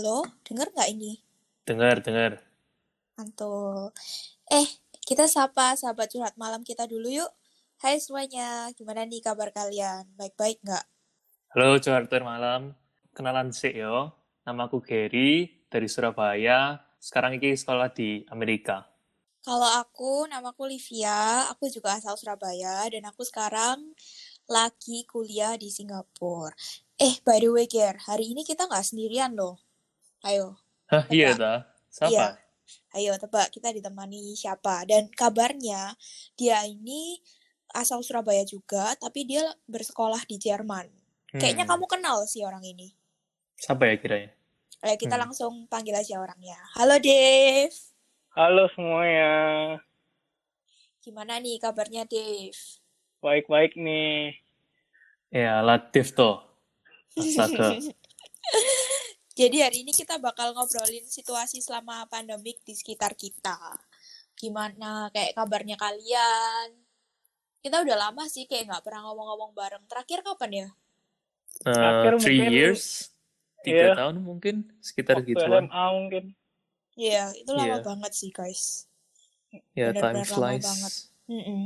Halo, denger nggak ini? Dengar, dengar. Mantul. Kita sapa sahabat curhat malam kita dulu yuk. Hai semuanya, gimana nih kabar kalian? Baik-baik nggak? Halo, cuarter malam. Kenalan sih yo. Namaku Gary dari Surabaya. Sekarang ini sekolah di Amerika. Kalau aku, namaku Livia, aku juga asal Surabaya, dan aku sekarang lagi kuliah di Singapura. By the way, Ger, hari ini kita nggak sendirian loh. Ayo, Hah, iya tebak. dah. Siapa? Iya, ayo tebak, kita ditemani siapa. Dan kabarnya, dia ini asal Surabaya juga, tapi dia bersekolah di Jerman. Kayaknya Hmm, kamu kenal sih orang ini. siapa ya kiranya? Ayo kita Hmm. langsung panggil aja orangnya. Halo Dave. Halo semuanya, Gimana nih kabarnya Dave? baik-baik nih. Ya, Latif toh. Astaga. Jadi hari ini kita bakal ngobrolin situasi selama pandemik di sekitar kita. Gimana kayak kabarnya kalian? Kita udah lama sih kayak nggak pernah ngomong-ngomong bareng. Terakhir kapan ya? Terakhir 3 years? mungkin 3 ya tahun mungkin? Sekitar waktu gituan. SMA mungkin. Iya, itu lama Iya. banget sih guys. Ya, time Bener-bener lama banget. flies.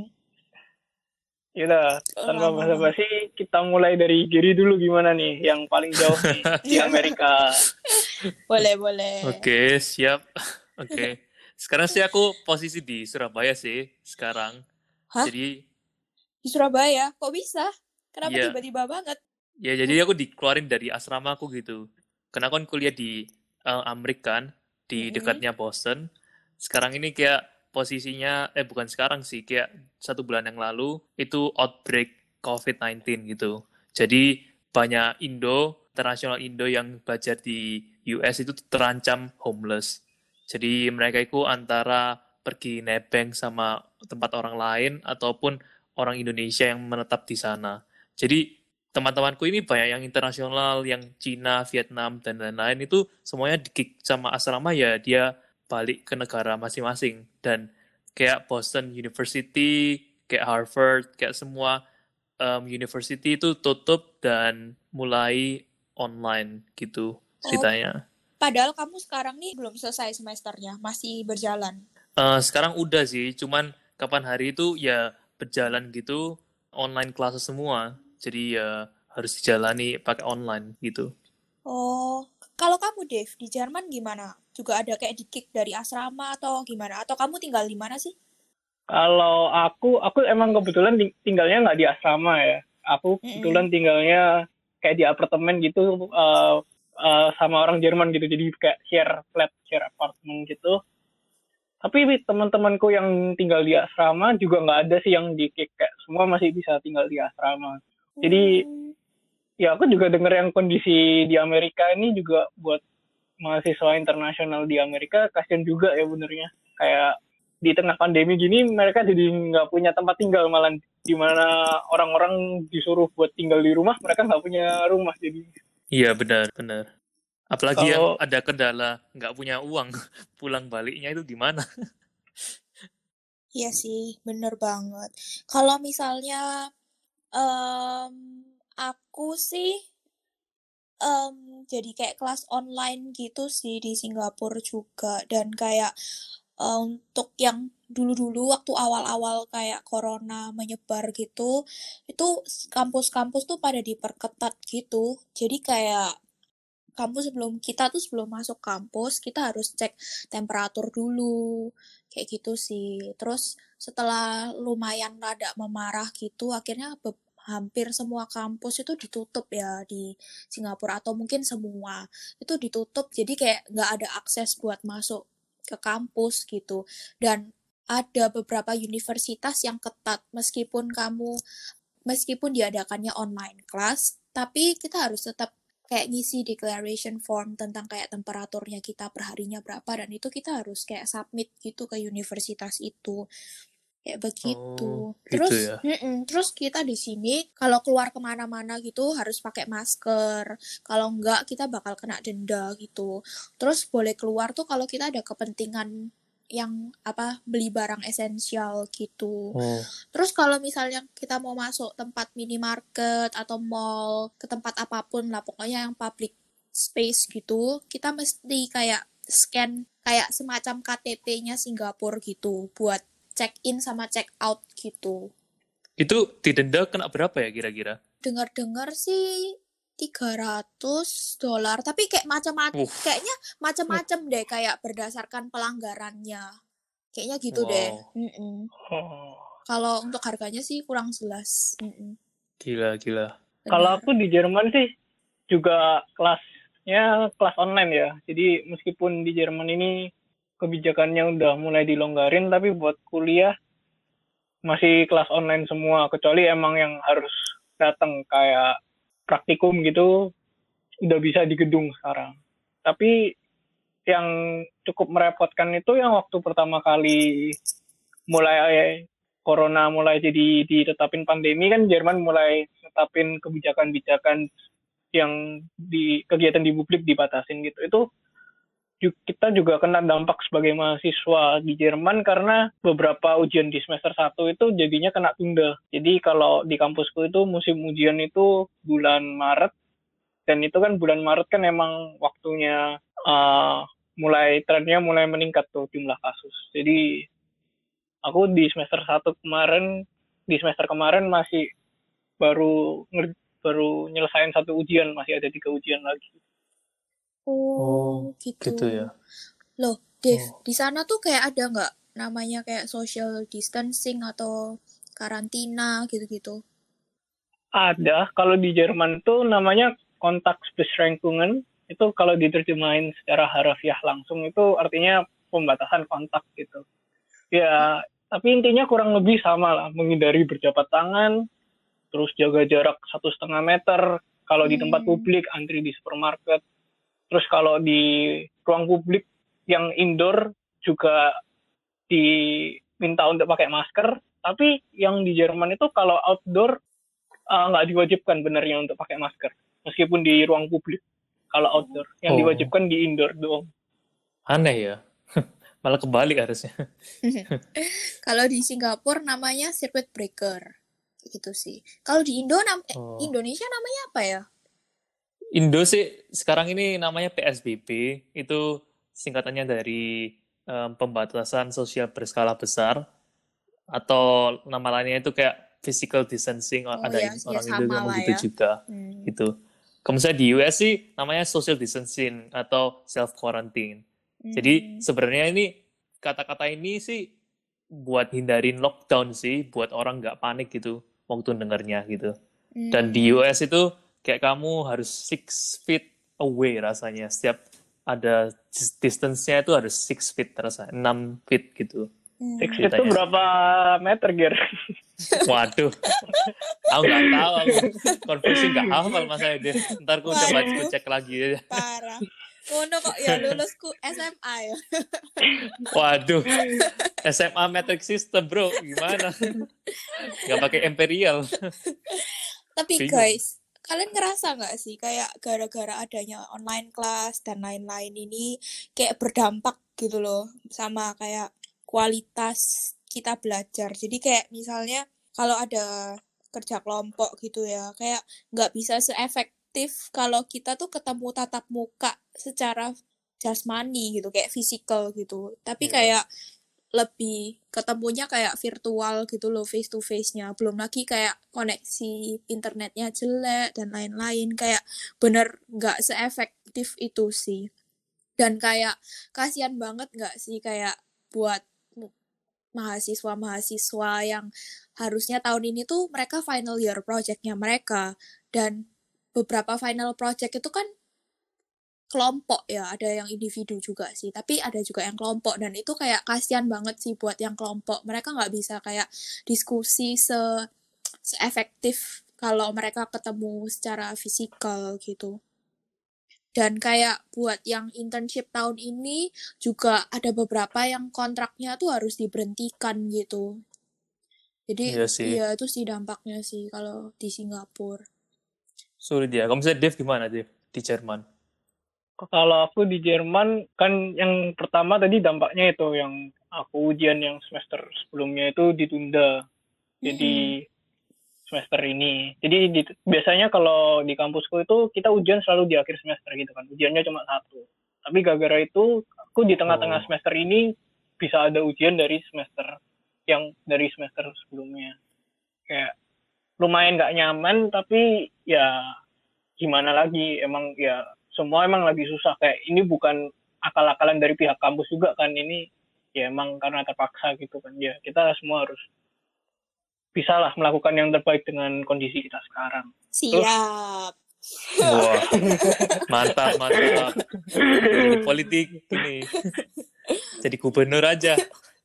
Yaudah, tanpa Lama banget. basa-basi kita mulai dari Giri dulu gimana nih, yang paling jauh nih di Amerika. Boleh. Oke, siap. Oke. Sekarang sih aku posisi di Surabaya sih, sekarang. Hah? Jadi, Di Surabaya? Kok bisa? Kenapa iya. tiba-tiba banget? Ya, jadi aku dikeluarin dari asrama aku gitu. Karena aku kan kuliah di Amerika kan, di Mm-mm. dekatnya Boston. Sekarang ini kayak posisinya, bukan sekarang sih, kayak 1 bulan yang lalu, itu outbreak COVID-19 gitu. Jadi, banyak internasional Indo yang belajar di US itu terancam homeless. Jadi, mereka itu antara pergi nebeng sama tempat orang lain, ataupun orang Indonesia yang menetap di sana. Jadi, teman-temanku ini banyak yang internasional, yang Cina, Vietnam, dan lain-lain itu semuanya di-kick sama asrama ya dia balik ke negara masing-masing. Dan kayak Boston University, kayak Harvard, kayak semua university itu tutup dan mulai online gitu Oh, ceritanya. padahal kamu sekarang nih belum selesai semesternya, masih berjalan. Sekarang udah sih, cuman kapan hari itu ya berjalan gitu, online classes semua. Jadi ya harus dijalani pakai online gitu. Oh, kalau kamu Dave, di Jerman gimana? Juga ada kayak di-kick dari asrama atau gimana? Atau kamu tinggal di mana sih? Kalau aku emang kebetulan tinggalnya nggak di asrama ya. Aku Mm-mm. kebetulan tinggalnya kayak di apartemen gitu, sama orang Jerman gitu. Jadi kayak share apartemen gitu. Tapi teman-temanku yang tinggal di asrama juga nggak ada sih yang di kick, kayak semua masih bisa tinggal di asrama. Jadi Hmm. ya aku juga denger yang kondisi di Amerika ini juga buat mahasiswa internasional di Amerika kasian juga ya benernya. Kayak di tengah pandemi gini mereka jadi nggak punya tempat tinggal, malah di mana orang-orang disuruh buat tinggal di rumah mereka nggak punya rumah. Jadi Iya benar, benar. Apalagi yang kalau ada kendala nggak punya uang, pulang baliknya itu gimana? Iya sih, bener banget. Kalau misalnya em, aku sih jadi kayak kelas online gitu sih di Singapura juga dan kayak untuk yang dulu-dulu waktu awal-awal kayak corona menyebar gitu, itu kampus-kampus tuh pada diperketat gitu. Jadi kayak kita tuh sebelum masuk kampus kita harus cek temperatur dulu kayak gitu sih. Terus setelah lumayan rada memarah gitu akhirnya hampir semua kampus itu ditutup ya di Singapura atau mungkin semua itu ditutup jadi kayak nggak ada akses buat masuk ke kampus gitu dan ada beberapa universitas yang ketat meskipun diadakannya online class, tapi kita harus tetap kayak ngisi declaration form tentang kayak temperaturnya kita perharinya berapa dan itu kita harus kayak submit gitu ke universitas itu kayak Oh, begitu. gitu Terus, ya. terus kita di sini kalau keluar kemana-mana gitu harus pakai masker. Kalau enggak kita bakal kena denda gitu. Terus boleh keluar tuh kalau kita ada kepentingan yang apa beli barang esensial gitu. Oh, Terus kalau misalnya kita mau masuk tempat minimarket atau mall, ke tempat apapun lah, pokoknya yang public space gitu, kita mesti kayak scan kayak semacam KTP-nya Singapura gitu buat check-in sama check-out gitu. Itu didenda kena berapa ya kira-kira? Dengar-dengar sih $300, tapi kayak kayaknya macam-macam deh kayak berdasarkan pelanggarannya. Kayaknya gitu deh. Wow. Kalau untuk harganya sih kurang jelas. Gila. Kalau Benar. aku di Jerman sih juga kelasnya kelas online ya. Jadi meskipun di Jerman ini kebijakannya udah mulai dilonggarin, tapi buat kuliah masih kelas online semua. Kecuali emang yang harus datang kayak praktikum gitu, udah bisa di gedung sekarang. Tapi yang cukup merepotkan itu yang waktu pertama kali mulai corona mulai jadi ditetapin pandemi kan Jerman mulai tetapin kebijakan-kebijakan yang di kegiatan di publik dibatasin gitu. Itu kita juga kena dampak sebagai mahasiswa di Jerman karena beberapa ujian di semester 1 itu jadinya kena tunda. Jadi kalau di kampusku itu musim ujian itu bulan Maret, dan itu kan bulan Maret kan emang waktunya trennya mulai meningkat tuh jumlah kasus. Jadi aku di semester kemarin masih baru nyelesain satu ujian, masih ada 3 ujian lagi. Oh, gitu. Gitu ya. Loh, Dev, di sana tuh kayak ada nggak namanya kayak social distancing atau karantina gitu-gitu? Ada, kalau di Jerman tuh namanya Kontaktbeschränkungen. Itu kalau diterjemahin secara harafiah langsung itu artinya pembatasan kontak gitu. Ya, tapi intinya kurang lebih sama lah, menghindari berjabat tangan, terus jaga jarak 1,5 meter, kalau di tempat publik, antri di supermarket, terus kalau di ruang publik yang indoor juga diminta untuk pakai masker, tapi yang di Jerman itu kalau outdoor nggak diwajibkan benernya untuk pakai masker, meskipun di ruang publik. Kalau outdoor, yang diwajibkan di indoor doang. Aneh ya. Malah kebalik harusnya. Kalau di Singapura namanya circuit breaker. Gitu sih. Kalau di Indonesia namanya apa ya? Indo sih sekarang ini namanya PSBB, itu singkatannya dari pembatasan sosial berskala besar, atau nama lainnya itu kayak physical distancing, ada orang Indo ngomong gitu ya. Juga. Gitu. Kalau misalnya di US sih namanya social distancing atau self quarantine. Jadi sebenarnya ini kata-kata ini sih buat hindarin lockdown sih, buat orang nggak panik gitu waktu dengarnya gitu. Dan di US itu kayak kamu harus 6 feet away rasanya. Setiap ada distance-nya itu harus 6 feet rasanya, 6 feet gitu. 6 feet itu berapa meter, Ger? Waduh, aku nggak tahu, konversi nggak hafal masalahnya dia. Ntar aku coba cek lagi. Parah. Ngono kok ya lulusku SMA ya. Waduh, SMA metric system bro, gimana? Nggak pakai imperial. Tapi guys, kalian ngerasa nggak sih kayak gara-gara adanya online class dan lain-lain ini kayak berdampak gitu loh sama kayak kualitas kita belajar. Jadi kayak misalnya kalau ada kerja kelompok gitu ya, kayak nggak bisa seefektif kalau kita tuh ketemu tatap muka secara jasmani gitu, kayak physical gitu. Tapi kayak lebih ketemunya kayak virtual gitu loh, face to face-nya. Belum lagi kayak koneksi internetnya jelek dan lain-lain. Kayak bener nggak seefektif itu sih. Dan kayak kasihan banget nggak sih kayak buat mahasiswa-mahasiswa yang harusnya tahun ini tuh mereka final year project-nya mereka. Dan beberapa final project itu kan kelompok ya, ada yang individu juga sih, tapi ada juga yang kelompok, dan itu kayak kasihan banget sih buat yang kelompok. Mereka nggak bisa kayak diskusi se-efektif kalau mereka ketemu secara fisikal gitu. Dan kayak buat yang internship tahun ini juga ada beberapa yang kontraknya tuh harus diberhentikan gitu. Jadi iya itu sih dampaknya sih kalau di Singapura. Sulit ya. Kamu misalnya Dev gimana Dev di Jerman? Kalau aku di Jerman kan yang pertama tadi dampaknya itu yang aku ujian yang semester sebelumnya itu ditunda. Jadi semester ini. Jadi biasanya kalau di kampusku itu kita ujian selalu di akhir semester gitu kan. Ujiannya cuma satu. Tapi gara-gara itu aku di tengah-tengah semester ini bisa ada ujian dari semester sebelumnya. Kayak lumayan nggak nyaman, tapi ya gimana lagi, emang ya semua emang lagi susah. Kayak ini bukan akal-akalan dari pihak kampus juga kan, ini ya emang karena terpaksa gitu kan. Ya kita semua harus bisa lah melakukan yang terbaik dengan kondisi kita sekarang. Siap. Wah, mantap. Jadi politik ini. Jadi gubernur aja.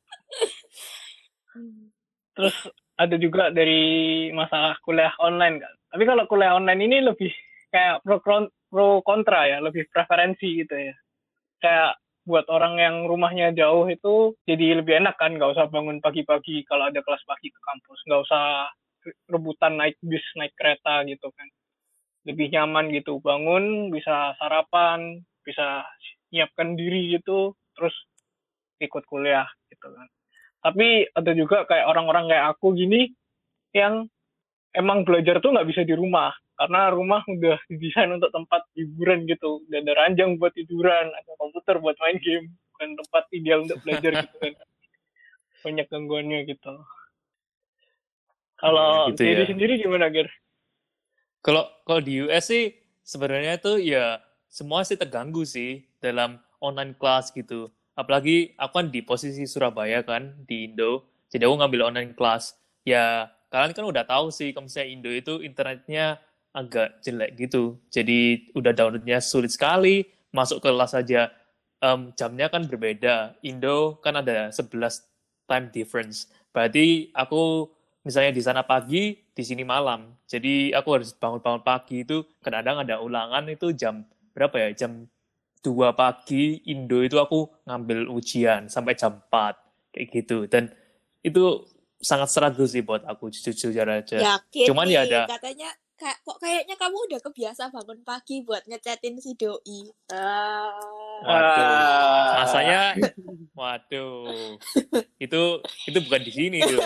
Terus ada juga dari masalah kuliah online kan. Tapi kalau kuliah online ini lebih kayak pro kontra ya, lebih preferensi gitu ya. Kayak buat orang yang rumahnya jauh itu jadi lebih enak kan, nggak usah bangun pagi-pagi kalau ada kelas pagi ke kampus, nggak usah rebutan naik bis, naik kereta gitu kan. Lebih nyaman gitu, bangun, bisa sarapan, bisa nyiapkan diri gitu, terus ikut kuliah gitu kan. Tapi ada juga kayak orang-orang kayak aku gini yang emang belajar tuh nggak bisa di rumah karena rumah udah didesain untuk tempat hiburan gitu, udah ada ranjang buat tiduran, ada komputer buat main game, bukan tempat ideal untuk belajar gitu kan. Banyak gangguannya gitu. Kalau Gitu Gary ya. sendiri gimana, Ger? Kalau di US sih sebenarnya tuh ya semua sih terganggu sih dalam online class gitu. Apalagi aku kan di posisi Surabaya kan di Indo. Jadi aku ngambil online class. Ya kalian kan udah tahu sih kalau misalnya Indo itu internetnya agak jelek gitu. Jadi udah downloadnya sulit sekali. Masuk kelas aja jamnya kan berbeda. Indo kan ada 11 time difference. Berarti aku misalnya di sana pagi, di sini malam. Jadi aku harus bangun-bangun pagi itu, kadang-kadang ada ulangan itu jam berapa ya? Jam 2 pagi Indo itu aku ngambil ujian sampai jam 4 kayak gitu. Dan itu sangat struggle sih buat aku jujur aja. Yakin Cuman ya nih, ada katanya kayaknya kamu udah kebiasa bangun pagi buat ngechatin si doi. waduh. Masanya waduh. Itu bukan di sini tuh.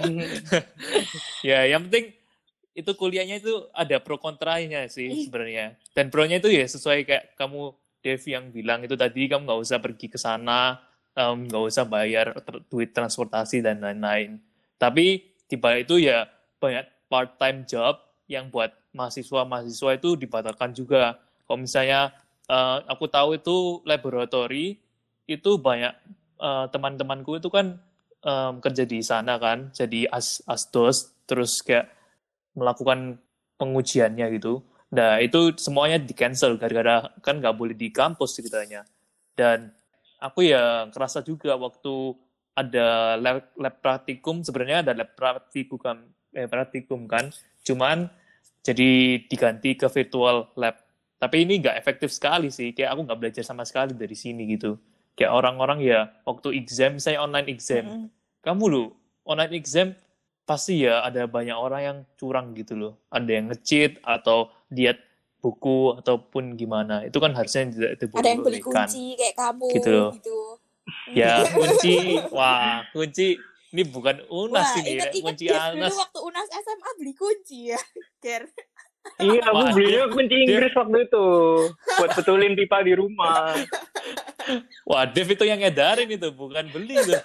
Ya, yang penting itu kuliahnya itu ada pro kontranya sih sebenarnya. Dan pro-nya itu ya sesuai kayak kamu Dev yang bilang itu tadi, kamu nggak usah pergi ke sana, nggak usah bayar duit transportasi dan lain-lain. Tapi di balik itu ya banyak part-time job yang buat mahasiswa-mahasiswa itu dibatalkan juga. Kalau misalnya aku tahu itu laboratori itu banyak teman-temanku itu kan kerja di sana kan, jadi asdos, terus kayak melakukan pengujiannya gitu. Nah, itu semuanya di-cancel gara-gara kan nggak boleh di kampus ceritanya. Dan aku ya kerasa juga waktu ada lab praktikum, sebenarnya ada lab praktikum kan, cuman jadi diganti ke virtual lab. Tapi ini nggak efektif sekali sih, kayak aku nggak belajar sama sekali dari sini gitu. Kayak orang-orang ya, waktu exam, saya online exam, kamu loh, online exam, pasti ya ada banyak orang yang curang gitu loh. Ada yang nge-cheat atau diet buku ataupun gimana. Itu kan harusnya tidak Ada yang beli diperbolehkan kunci kayak kamu gitu loh. gitu. Ya, kunci. Wah, kunci. Ini bukan UNAS Wah, ini. inget-inget Kunci Dev dulu ANAS. waktu UNAS SMA beli kunci ya, Ger. Iya, aku Wah, belinya kunci Inggris waktu itu buat betulin pipa di rumah. Wah, Dev itu yang ngedarin itu, bukan beli tuh.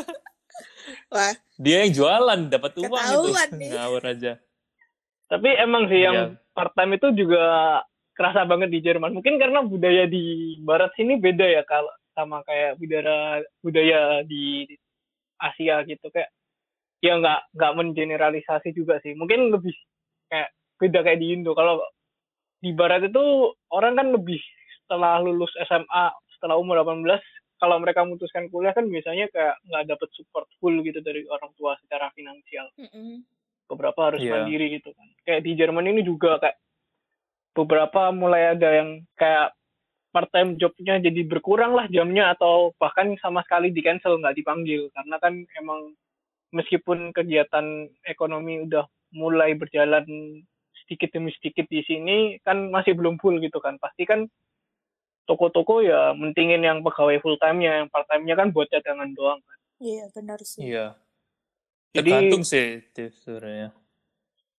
Wah, Dia yang jualan, dapat uang itu. ketahuan nih. Ngawur aja. Tapi emang sih Iya. yang part-time itu juga kerasa banget di Jerman. Mungkin karena budaya di barat sini beda ya kalau sama kayak budaya di Asia gitu, kayak ya nggak mengeneralisasi juga sih. Mungkin lebih kayak beda kayak di Indo. Kalau di barat itu orang kan lebih setelah lulus SMA, setelah umur 18, kalau mereka memutuskan kuliah kan biasanya kayak nggak dapet support full gitu dari orang tua secara finansial. Beberapa harus mandiri gitu kan. Kayak di Jerman ini juga kayak beberapa mulai ada yang kayak part-time jobnya jadi berkurang lah jamnya, atau bahkan sama sekali di cancel, nggak dipanggil, karena kan emang meskipun kegiatan ekonomi udah mulai berjalan sedikit demi sedikit di sini kan masih belum full gitu kan. Pasti kan toko-toko ya mentingin yang pegawai full time-nya, yang part time-nya kan buat cadangan doang kan. Iya, benar sih. Iya. Jadi Tergantung sih sebenarnya.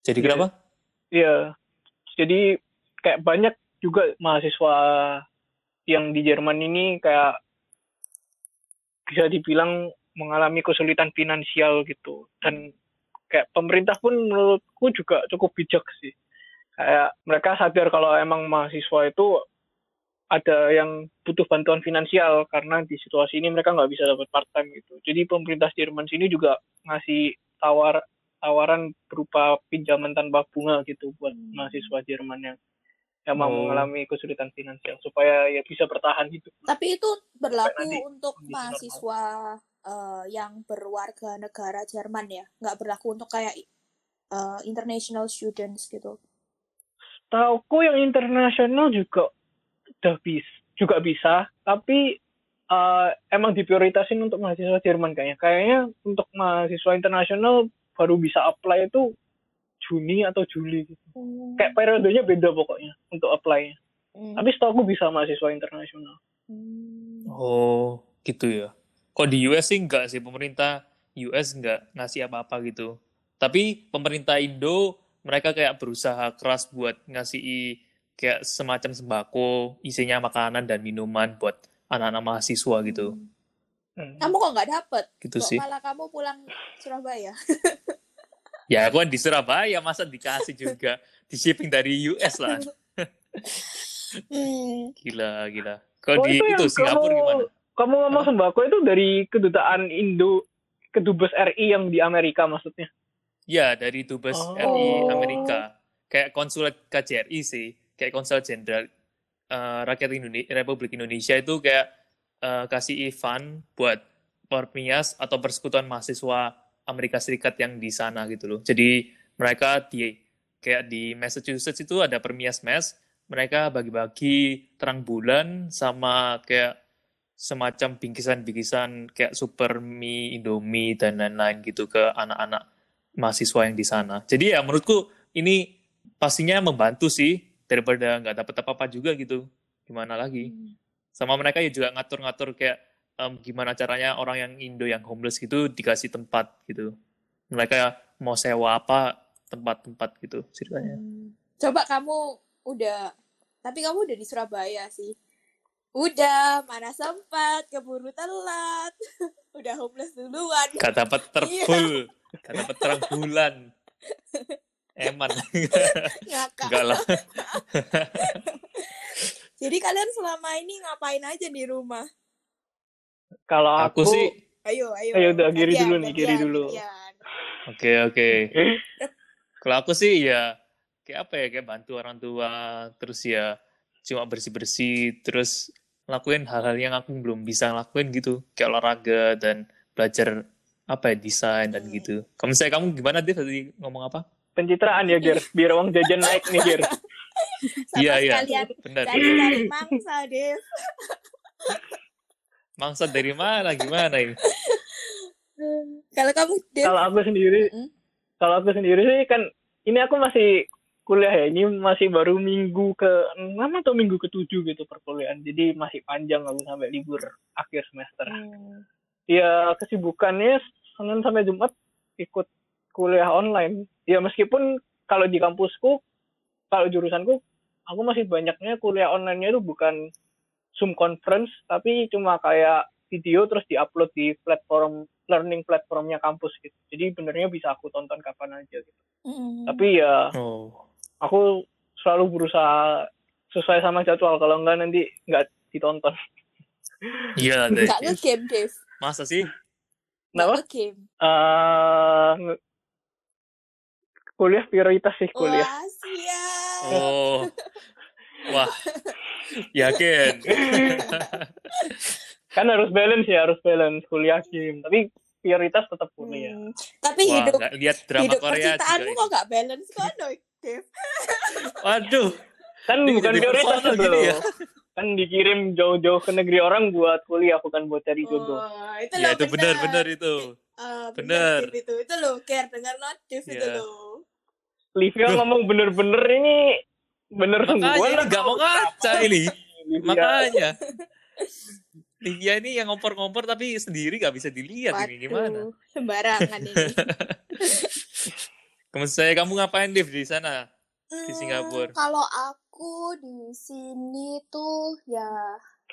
Jadi Iya. kenapa? Iya. Jadi kayak banyak juga mahasiswa yang di Jerman ini kayak bisa dibilang mengalami kesulitan finansial gitu. Dan kayak pemerintah pun menurutku juga cukup bijak sih. Kayak mereka sadar kalau emang mahasiswa itu ada yang butuh bantuan finansial karena di situasi ini mereka nggak bisa dapat part time gitu. Jadi pemerintah Jerman sini juga ngasih tawaran berupa pinjaman tanpa bunga gitu buat mahasiswa Jerman yang emang mengalami kesulitan finansial supaya ya bisa bertahan hidup. Tapi itu berlaku nanti untuk kondisi mahasiswa yang berwarga negara Jerman ya, nggak berlaku untuk kayak international students gitu. Tauku yang internasional juga juga bisa, tapi emang diprioritasin untuk mahasiswa Jerman kayaknya. Kayaknya untuk mahasiswa internasional baru bisa apply itu Juni atau Juli gitu. Kayak periodenya beda pokoknya untuk apply-nya. Tapi setahu aku bisa mahasiswa internasional. Oh, gitu ya. Kok di US sih enggak sih, pemerintah US enggak ngasih apa-apa gitu. Tapi pemerintah Indo mereka kayak berusaha keras buat ngasih kayak semacam sembako, isinya makanan dan minuman buat anak-anak mahasiswa gitu. Kamu kok nggak dapet? Gitu Kok sih. malah kamu pulang Surabaya? Ya aku kan di Surabaya, masa dikasih juga. Di shipping dari US lah. Gila. Kalau di itu Singapura gimana? Kamu ngomong sembako itu dari kedutaan Indo, kedubes RI yang di Amerika maksudnya? Ya, dari Dubes RI Amerika. Kayak konsulat KJRI sih. Kayak konsulat jenderal rakyat Republik Indonesia itu kayak kasih fund buat Permias atau Persekutuan Mahasiswa Amerika Serikat yang di sana gitu loh. Jadi mereka kayak di Massachusetts itu ada Permias Mass, mereka bagi-bagi terang bulan sama kayak semacam bingkisan-bingkisan kayak super mie, Indomie dan lain-lain gitu ke anak-anak mahasiswa yang di sana. Jadi ya menurutku ini pastinya membantu sih daripada nggak dapat apa-apa juga gitu. Gimana lagi? Sama mereka ya juga ngatur-ngatur kayak gimana caranya orang yang Indo yang homeless gitu dikasih tempat gitu. Mereka mau sewa apa tempat-tempat gitu ceritanya. Coba tapi kamu udah di Surabaya sih. Udah, mana sempat, keburu telat. Udah homeless duluan. Gak dapat terfull, gak dapat terang bulan. Eman. Ngakak. Enggak lah. Jadi kalian selama ini ngapain aja di rumah? Kalau aku sih Ayo udah Giri dulu. Oke. Kalau aku sih ya kayak apa ya, kayak bantu orang tua, terus ya cuma bersih-bersih, terus lakuin hal-hal yang aku belum bisa lakuin gitu, kayak olahraga dan belajar apa ya, desain dan gitu. Kamu gimana Dev tadi ngomong apa? Pencitraan ya Gir, biar uang jajan naik nih Gir. Iya, benar. Cari mangsa, Dev. Mangsa dari mana? Gimana ini? Kalau kamu, Dev? Kalau aku sendiri sih kan, ini aku masih kuliah ya, ini masih baru minggu ke-6 atau minggu ke-7 gitu perkuliahan, jadi masih panjang aku sampai libur akhir semester. Ya kesibukannya Senin sampai Jumat ikut kuliah online. Ya meskipun kalau di kampusku, kalau jurusanku, aku masih banyaknya kuliah online-nya itu bukan Zoom conference, tapi cuma kayak video terus diupload di learning platformnya kampus gitu. Jadi benernya bisa aku tonton kapan aja gitu. Tapi ya aku selalu berusaha sesuai sama jadwal, kalau enggak nanti enggak ditonton. Iya, enggak nge-game, Dev. Masa sih? Kenapa? Nge-game. Kuliah prioritas sih, kuliah. Wah, siap. Wah, yakin. Kan harus balance kuliah game, tapi prioritas tetap kuliah. Tapi hidup Korea percintaanmu kok nggak balance kok, Dev? Waduh, kan bukan prioritas gitu ya. Kan dikirim jauh-jauh ke negeri orang buat kuliah, bukan buat cari jodoh. Itu benar itu. Benar. Itu lo care dengar notif itu lo. Livia ngomong bener-bener ini bener semua. Makanya ini nggak mau ngaca ini. Makanya. Livia ini yang ngompor-ngompor tapi sendiri nggak bisa dilihat. Waduh, ini gimana? Sembarangan ini. Kamu ngapain, Div, di sana? Di Singapura? Kalau aku di sini tuh ya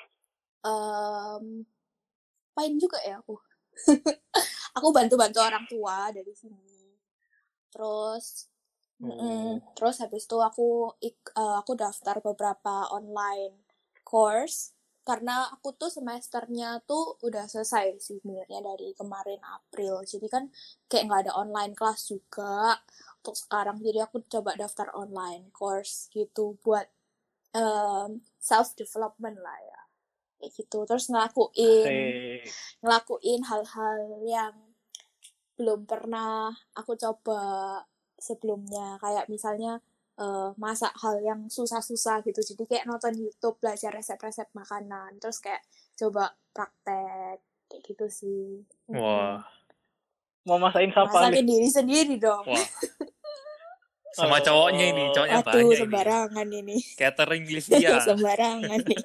main juga ya aku. Aku bantu-bantu orang tua dari sini. Terus terus habis itu aku daftar beberapa online course karena aku tuh semesternya tuh udah selesai sih sebenarnya dari kemarin April. Jadi kan kayak nggak ada online kelas juga untuk sekarang. Jadi aku coba daftar online course gitu buat self development lah ya. Kayak gitu. Terus ngelakuin hal-hal yang belum pernah aku coba sebelumnya, kayak misalnya masak hal yang susah-susah gitu. Jadi kayak nonton YouTube, belajar resep-resep makanan, terus kayak coba praktek kayak gitu sih. Wah. Mau masakin siapa Masakin nih? diri sendiri dong. Wah. Sama cowoknya ini, cowoknya Aduh, banyak sembarangan ini. Catering Livia. Sembarangan nih.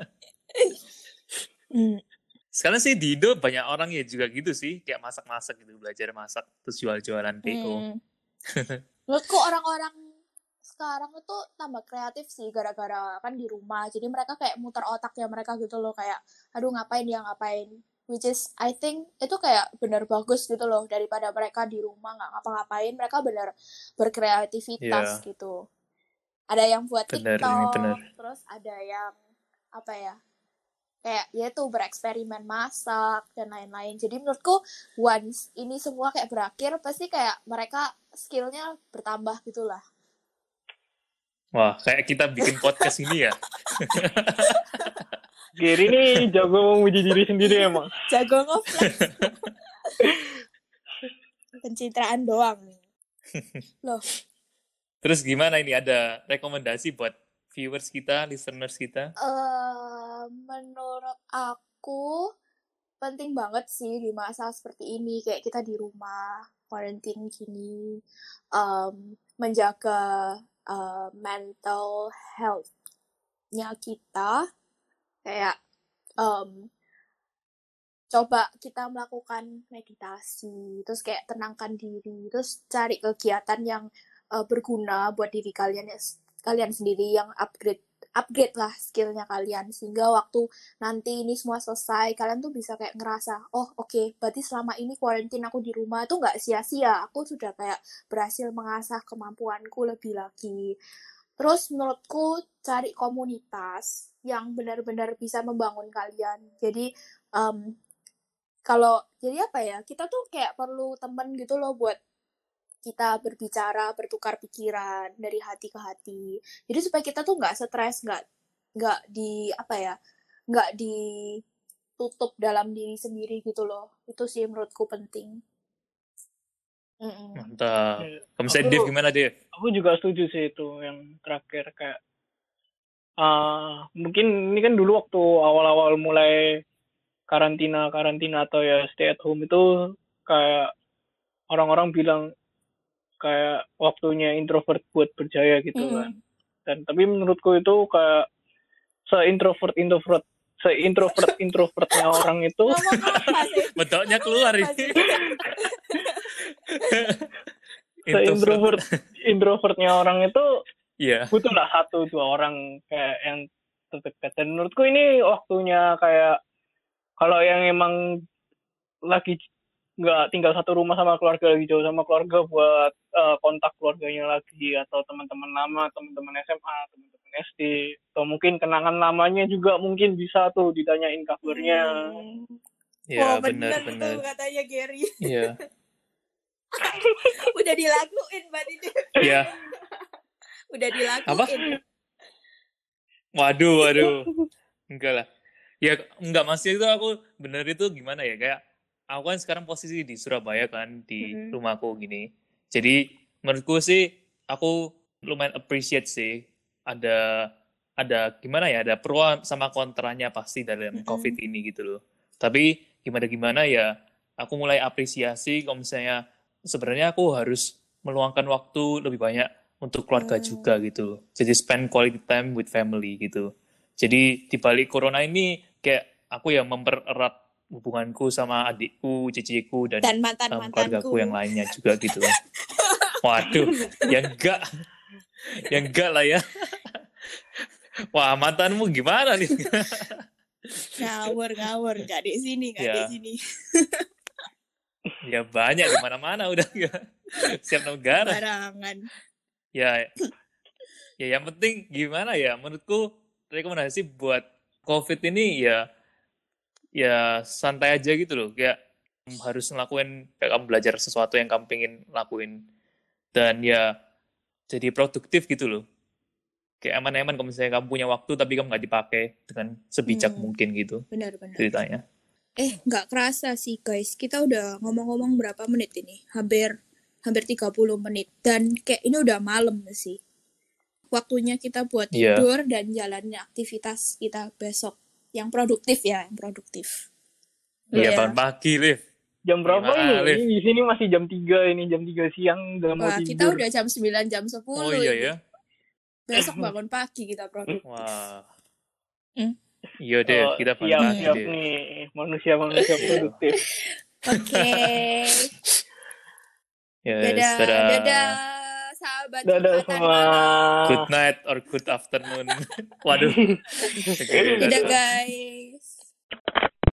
Sekarang sih di Indo banyak orang ya juga gitu sih, kayak masak-masak gitu, belajar masak terus jual-jualan PO. Menurutku orang-orang sekarang itu tambah kreatif sih gara-gara kan di rumah. Jadi mereka kayak muter otaknya mereka gitu loh, kayak aduh ngapain. Which is I think itu kayak bener bagus gitu loh, daripada mereka di rumah nggak ngapa-ngapain, mereka bener berkreativitas gitu. Ada yang buat TikTok, terus ada yang apa ya, kayak yaitu bereksperimen masak dan lain-lain. Jadi menurutku once ini semua kayak berakhir, pasti kayak mereka skillnya bertambah gitulah. Wah, kayak kita bikin podcast ini ya. Gary ini jago memuji diri sendiri emang. Jago ngeflex. Pencitraan doang. Loh. Terus gimana ini, ada rekomendasi buat viewers kita, listeners kita? Menurut aku penting banget sih di masa seperti ini, kayak kita di rumah quarantine gini, menjaga mental health-nya kita, kayak coba kita melakukan meditasi, terus kayak tenangkan diri, terus cari kegiatan yang berguna buat diri kalian sendiri, yang upgrade lah skillnya kalian, sehingga waktu nanti ini semua selesai kalian tuh bisa kayak ngerasa oke, berarti selama ini quarantine aku di rumah tuh nggak sia-sia, aku sudah kayak berhasil mengasah kemampuanku lebih lagi. Terus menurutku cari komunitas yang benar-benar bisa membangun kalian. Jadi jadi apa ya, kita tuh kayak perlu temen gitu loh buat kita berbicara, bertukar pikiran dari hati ke hati. Jadi supaya kita tuh nggak stres, nggak ditutup dalam diri sendiri gitu loh. Itu sih menurutku penting. Mantap. Kamu Dev, gimana Dev? Aku juga setuju sih itu yang terakhir, kayak mungkin ini kan dulu waktu awal-awal mulai karantina atau ya stay at home itu kayak orang-orang bilang kayak waktunya introvert buat berjaya gitu kan. Dan tapi menurutku itu kayak se-introvertnya orang itu betoknya keluar ini. Se-introvertnya orang itu butuh lah 1-2 orang kayak yang terdekat. Dan menurutku ini waktunya kayak kalau yang emang lagi nggak tinggal satu rumah sama keluarga, lagi jauh sama keluarga, buat kontak keluarganya lagi, atau teman-teman lama, teman-teman SMA, teman-teman SD, atau mungkin kenangan lamanya juga mungkin bisa tuh ditanyain kabarnya. Iya, benar. Tuh katanya Gary. Iya. Udah dilakuin berarti deh. Iya. Udah dilakuin. Apa? Waduh. Enggak lah. Ya enggak, maksudnya itu aku bener itu gimana ya, kayak aku kan sekarang posisi di Surabaya kan, di rumahku gini. Jadi menurutku sih aku lumayan appreciate sih, ada gimana ya, ada pro sama kontranya pasti dalam COVID ini gitu loh. Tapi gimana ya, aku mulai apresiasi kalau misalnya sebenarnya aku harus meluangkan waktu lebih banyak untuk keluarga juga gitu. Jadi spend quality time with family gitu. Jadi di balik corona ini kayak aku ya mempererat hubunganku sama adikku, ciciku, dan mantan-mantanku keluargaku yang lainnya juga gitu. Waduh, yang enggak lah ya. Wah, mantanmu gimana nih? Ngawur, nggak di sini, nggak di Ya. sini. Ya banyak di mana-mana udah ya. Siap negara. Barangan. Ya, ya yang penting gimana ya? Menurutku rekomendasi buat COVID ini ya santai aja gitu loh. Kayak harus ngelakuin kayak kamu belajar sesuatu yang kamu pengen lakuin dan ya jadi produktif gitu loh. Kayak aman-aman kalau misalnya kamu punya waktu tapi kamu nggak dipakai dengan sebijak mungkin gitu Benar-benar. ceritanya. Nggak kerasa sih guys, kita udah ngomong-ngomong berapa menit ini? Hampir 30 menit. Dan kayak ini udah malam sih. Waktunya kita buat Iya. tidur dan jalanin aktivitas kita besok. Yang produktif ya, yang produktif. Iya, Iya. bangun pagi, Liv. Jam berapa Gimana, Liv? ini? Ini di sini masih jam 3 ini, jam 3 siang udah mau Wah, kita tidur. udah jam 9, jam 10 Oh iya ini. ya. Besok bangun pagi kita produktif. Wah. Hmm. Iya deh, Oh, kita bangun siap, pagi siap deh. nih, manusia-manusia produktif. Oke. Yes, Dadah, sahabat Dadah curhatan semua. malam. Good night or good afternoon. Waduh. Oke, Dadah guys.